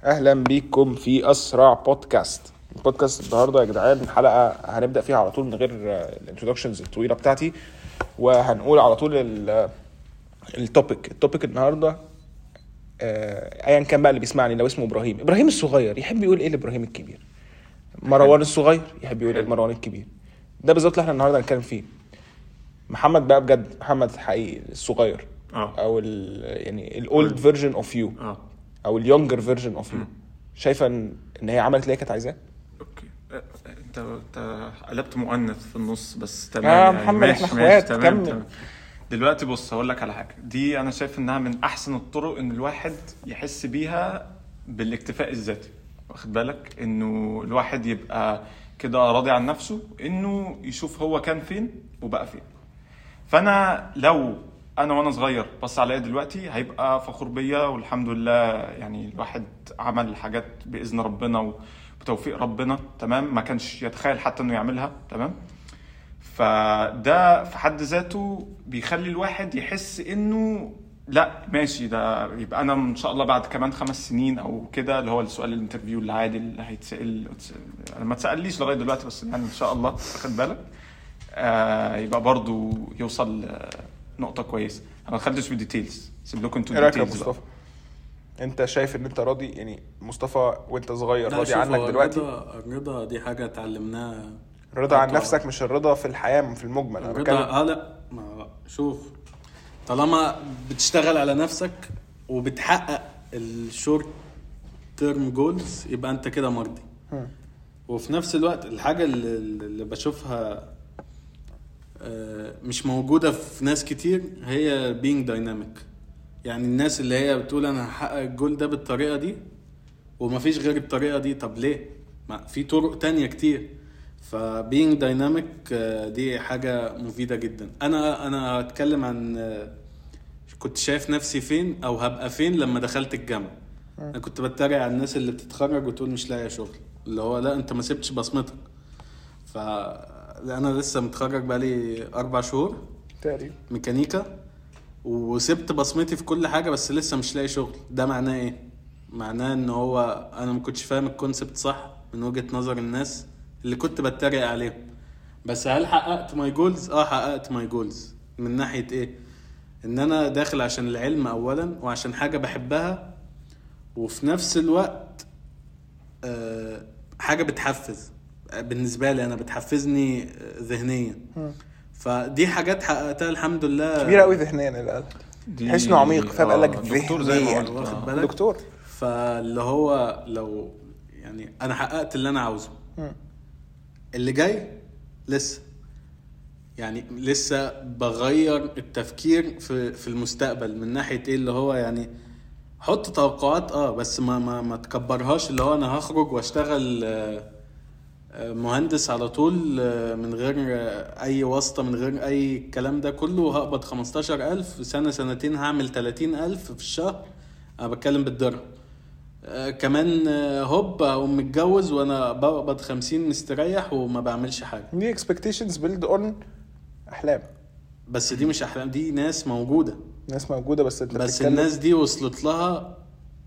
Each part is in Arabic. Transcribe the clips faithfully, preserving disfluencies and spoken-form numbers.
اهلا بيكم في اسرع بودكاست. البودكاست النهارده يا جدعان حلقه هنبدا فيها على طول من غير الانترودكشنز الطويله بتاعتي, وهنقول على طول التوبيك التوبيك النهارده. ايا كان بقى اللي بيسمعني, لو اسمه ابراهيم ابراهيم الصغير يحب يقول ايه لابراهيم الكبير, مروان الصغير يحب يقول ايه لمروان الكبير. ده بالظبط اللي احنا النهارده هنتكلم فيه. محمد بقى بجد, محمد حقيقي الصغير اه او ال يعني الاولد فيرجن اوف يو اه او اليونجر فيرجن اوف يو. شايفه ان ان هي عملت اللي هي كانت عايزاه. اوكي أه، انت انت قلبت مؤنث في النص بس يا تمام يعني محمد ماشي احنا ماشي اخوات, تمام كمل. تمام. دلوقتي بص هقول لك على حاجه, دي انا شايف انها من احسن الطرق ان الواحد يحس بيها بالاكتفاء الذاتي. واخد بالك انه الواحد يبقى كده راضي عن نفسه, انه يشوف هو كان فين وبقى فين. فانا لو انا وانا صغير بص عليا دلوقتي هيبقى فخور بيا والحمد لله, يعني الواحد عمل حاجات باذن ربنا وبتوفيق ربنا, تمام, ما كانش يتخيل حتى انه يعملها, تمام. فده في حد ذاته بيخلي الواحد يحس انه لا ماشي, ده يبقى انا ان شاء الله بعد كمان خمس سنين او كده, اللي هو السؤال الانترفيو العادي اللي هيتسال, انا ما تساليش لغايه دلوقتي بس يعني ان شاء الله واخد بالك آه يبقى برضو يوصل آه نقطه كويسه. انا ما دخلتش بالديتيلز, سيب لكم انتوا الديتيلز. الديتيلز. مصطفى, انت شايف ان انت راضي يعني مصطفى وانت صغير لا راضي شوف, عنك هو دلوقتي؟ الرضا الرضا دي حاجة اتعلمناها. الرضا عن أتوقع- نفسك مش الرضا في الحياه في المجمل. انا الرضا بتكلم اه لا ما شوف, طالما بتشتغل على نفسك وبتحقق الشورت تيرم جولز يبقى انت كده مرضي. هم. وفي نفس الوقت الحاجة اللي, اللي بشوفها آه، مش موجودة في ناس كتير هي being dynamic. يعني الناس اللي هي بتقول انا هحقق الجول ده بالطريقة دي ومفيش غير الطريقة دي, طب ليه؟ ما في طرق تانية كتير. ف being dynamic آه، دي حاجة مفيدة جدا. انا انا هتكلم عن آه، كنت شايف نفسي فين او هبقى فين لما دخلت الجامعة. انا كنت بتريق على الناس اللي بتتخرج وتقول مش لاقي شغل, اللي هو لا انت ما سبتش بصمتك. ف انا لسه متخرج بقالي اربع شهور تقريبا ميكانيكا وسبت بصمتي في كل حاجة, بس لسه مش لاقي شغل. ده معناه ايه؟ معناه ان هو انا ما كنتش فاهم الكونسبت صح من وجهة نظر الناس اللي كنت بتريق عليهم. بس هل حققت ماي جولز؟ اه حققت ماي جولز. من ناحية ايه؟ ان انا داخل عشان العلم اولا وعشان حاجة بحبها, وفي نفس الوقت آه حاجة بتحفز بالنسبة لي, انا بتحفزني ذهنيا. فدي حاجات حققتها الحمد لله. كبيره قوي ذهنيا الان, دي- تحس انه عميق, فاهم؟ قال لك آه، دكتور زي ما ذهنيا, قلت. واخد آه. بالك؟ دكتور. فاللي هو لو يعني انا حققت اللي انا عاوزه, هم. اللي جاي لسه, يعني لسه بغير التفكير في في المستقبل من ناحية ايه, اللي هو يعني حط توقعات اه بس ما ما ما تكبرهاش. اللي هو انا هخرج واشتغل آه، آه، مهندس على طول آه، من غير آه، اي واسطة, من غير اي الكلام ده كله, هقبض خمستاشر الف سنة سنتين هعمل تلاتين الف في الشهر. انا بتكلم بالدرهم. آه، كمان آه، هوب اقوم متجوز وانا بقبض خمسين مستريح وما بعملش حاجة. دي expectations build on احلام. بس دي مش احلام, دي ناس موجودة. ناس موجوده, بس انت بس بتتكلم الناس دي وصلت لها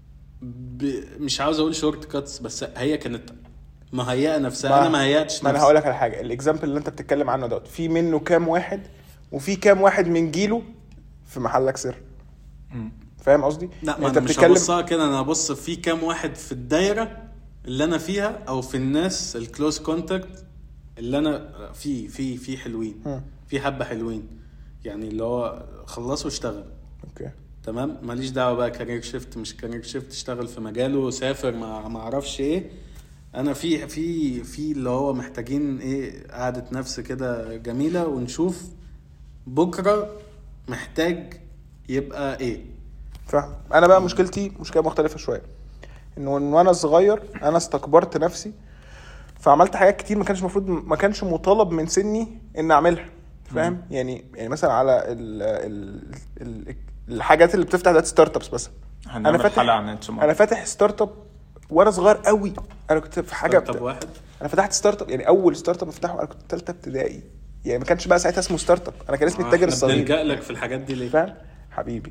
ب... مش عاوز اقول شورت كاتس, بس هي كانت مهيئة نفسها. ما- انا ما هيئتش ما انا نفسي. هقول لك على حاجه. الاكزامبل اللي انت بتتكلم عنه دوت في منه كام واحد, وفي كام واحد من جيله في محلك سر, مم. فاهم قصدي؟ لا, ما انت انا مش بتتكلم هبصها كده. انا ابص في كام واحد في الدايرة اللي انا فيها, او في الناس الكلوز كونتاكت اللي انا في في في حلوين, هم. في حبة حلوين, يعني اللي هو خلصوا اشتغل اوكي. تمام, ماليش دعوه بقى كارير شيفت مش كارير شيفت, اشتغل في مجاله, سافر, ما ما اعرفش ايه. انا في في في اللي هو محتاجين ايه, قعده نفس كده جميله, ونشوف بكره محتاج يبقى ايه. فاهم. انا بقى مشكلتي مشكله مختلفه شويه, انه من وانا صغير انا استكبرت نفسي, فعملت حاجات كتير ما كانش المفروض, ما كانش مطالب من سني ان اعملها, فاهم؟ يعني يعني مثلا على ال ال ال الحاجات اللي بتفتح دلوقتي ستارت ابس مثلا. هنعمل فاتح- حلقة عن اتش انا فاتح ستارت اب وانا صغير قوي. انا كنت في حاجه طب واحد انا فتحت ستارت اب, يعني اول ستارت اب افتحه انا كنت ثالثه ابتدائي, يعني ما كانش بقى ساعتها اسمه ستارت اب, انا كان اسمي التاجر الصغير. بنلجأ لك في الحاجات دي ليه؟ فاهم حبيبي؟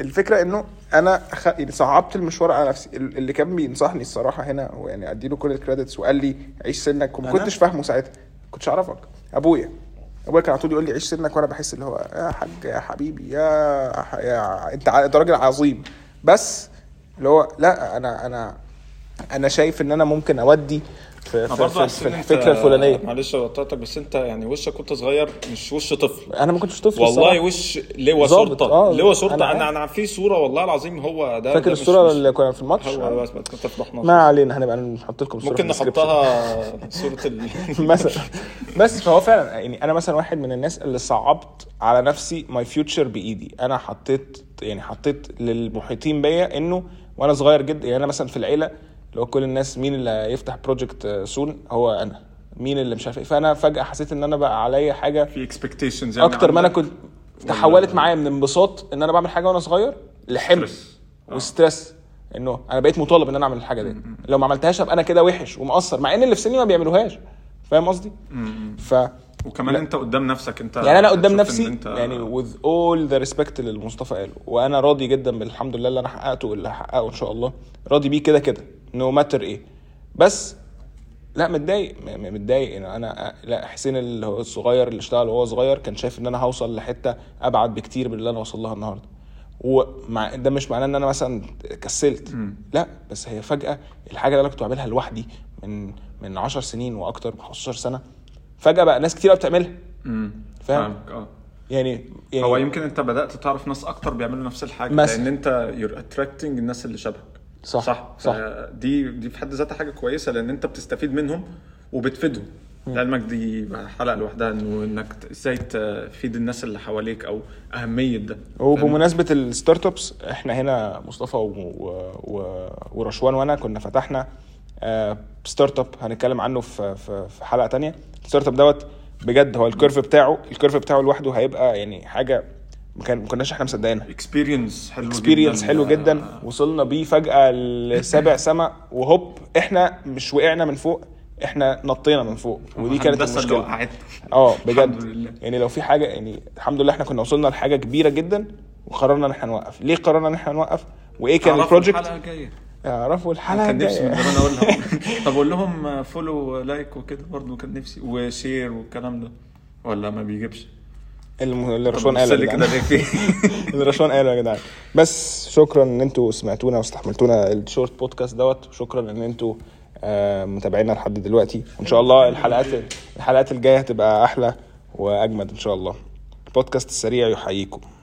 الفكره انه انا خ... يعني صعبت المشوار على نفسي. اللي كان بينصحني الصراحه هنا ويعني اديله كل الكريدتس وقال لي عيش سنك وما كنتش فاهمه ساعتها، كنتش اعرفك. ابويا ابويا كان على طول يقول لي عيش سنك، وانا بحس اللي هو يا حاج يا حبيبي يا, ح... يا... انت انت راجل عظيم، بس اللي هو لا انا انا انا شايف ان انا ممكن اودي في, في, في, في الفكره الفلانيه. معلش قطعتك بس انت يعني وشك كنت صغير مش وش طفل. انا ما كنتش طفل والله الصراحة. وش لواء شرطه آه لواء شرطه. انا انا, أنا في صوره والله العظيم هو ده. فاكر الصوره اللي كنا في الماتش؟ هو بس كنت في ما علينا، هنبقى نحط لكم ممكن نحطها صوره ال... مثلا. بس فهو فعلا يعني انا مثلا واحد من الناس اللي صعبت على نفسي ماي فيوتشر بايدي. انا حطيت يعني حطيت للمحيطين بيا انه وانا صغير جدا، يعني انا مثلا في العيله لو كل الناس مين اللي هيفتح بروجكت سون هو انا، مين اللي مش عارف ايه. فانا فجاه حسيت ان انا بقى عليا حاجه في اكسبكتيشنز يعني اكتر ما انا كنت. تحولت معايا من انبساط ان انا بعمل حاجه وانا صغير لحمل وستريس، انه انا بقيت مطالب ان انا اعمل الحاجه دي. لو ما عملتهاش ابقى انا كده وحش ومقصر، مع ان اللي في سني ما بيعملوهاش. فاهم قصدي؟ ف وكمان لا. انت قدام نفسك انت يعني انا قدام نفسي انت... يعني with all the respect اللي المصطفى قاله، وانا راضي جدا بالحمد لله اللي انا حققته واللي هحققه ان شاء الله، راضي بيه كده كده no matter ايه. بس لا متضايق متضايق ان انا لا حسين اللي هو الصغير اللي اشتغل وهو صغير كان شايف ان انا هوصل لحته ابعد بكتير من اللي انا وصل لها النهارده. ومع ده مش معناه ان انا مثلا كسلت، لا بس هي فجاه الحاجه اللي انا كنت بعملها لوحدي من من عشر سنين واكتر من خمستاشر سنه فجاه بقى ناس كتير بتعملها. فاهم اه يعني, يعني هو يمكن انت بدات تعرف ناس اكتر بيعملوا نفس الحاجه مثلا. لان انت you're attracting الناس اللي شبهك. صح صح, صح. دي دي في حد ذاتها حاجه كويسه لان انت بتستفيد منهم وبتفيدهم. لعلمك دي حلقه لوحدها انه انك ازاي تفيد الناس اللي حواليك او اهميه ده. وبمناسبه الستارت ابس احنا هنا مصطفى و... و... ورشوان وانا كنا فتحنا ستارت اب هنتكلم عنه في في حلقه تانية. الستارت اب دوت بجد هو الكيرف بتاعه الكيرف بتاعه لوحده هيبقى يعني حاجه ما كناش احنا مصدقينها. اكسبيرينس حلو اكسبيرينس حلو جدا. وصلنا بيه فجاه لسابع سما وهوب احنا مش وقعنا من فوق، احنا نطينا من فوق. ودي كانت المشكله. اه بجد يعني لو في حاجه يعني الحمد لله احنا كنا وصلنا لحاجه كبيره جدا وقررنا ان احنا نوقف. ليه قررنا ان احنا نوقف وايه كان البروجكت؟ الحلقه الجايه يعرفوا الحلقه كان نفسي من زمان اقول لهم. طب اقول لهم فولو لايك وكده برضو كان نفسي وشير والكلام ده ولا ما بيجيبش؟ اللي رشوان قاله اللي كده اللي رشوان قاله يا جدعان. بس شكرا ان انتوا سمعتونا واستحملتونا الشورت بودكاست دوت. شكرا ان انتوا آه متابعينا لحد دلوقتي. وان شاء الله الحلقات الحلقات الجايه هتبقى احلى واجمد ان شاء الله. البودكاست السريع يحييكم.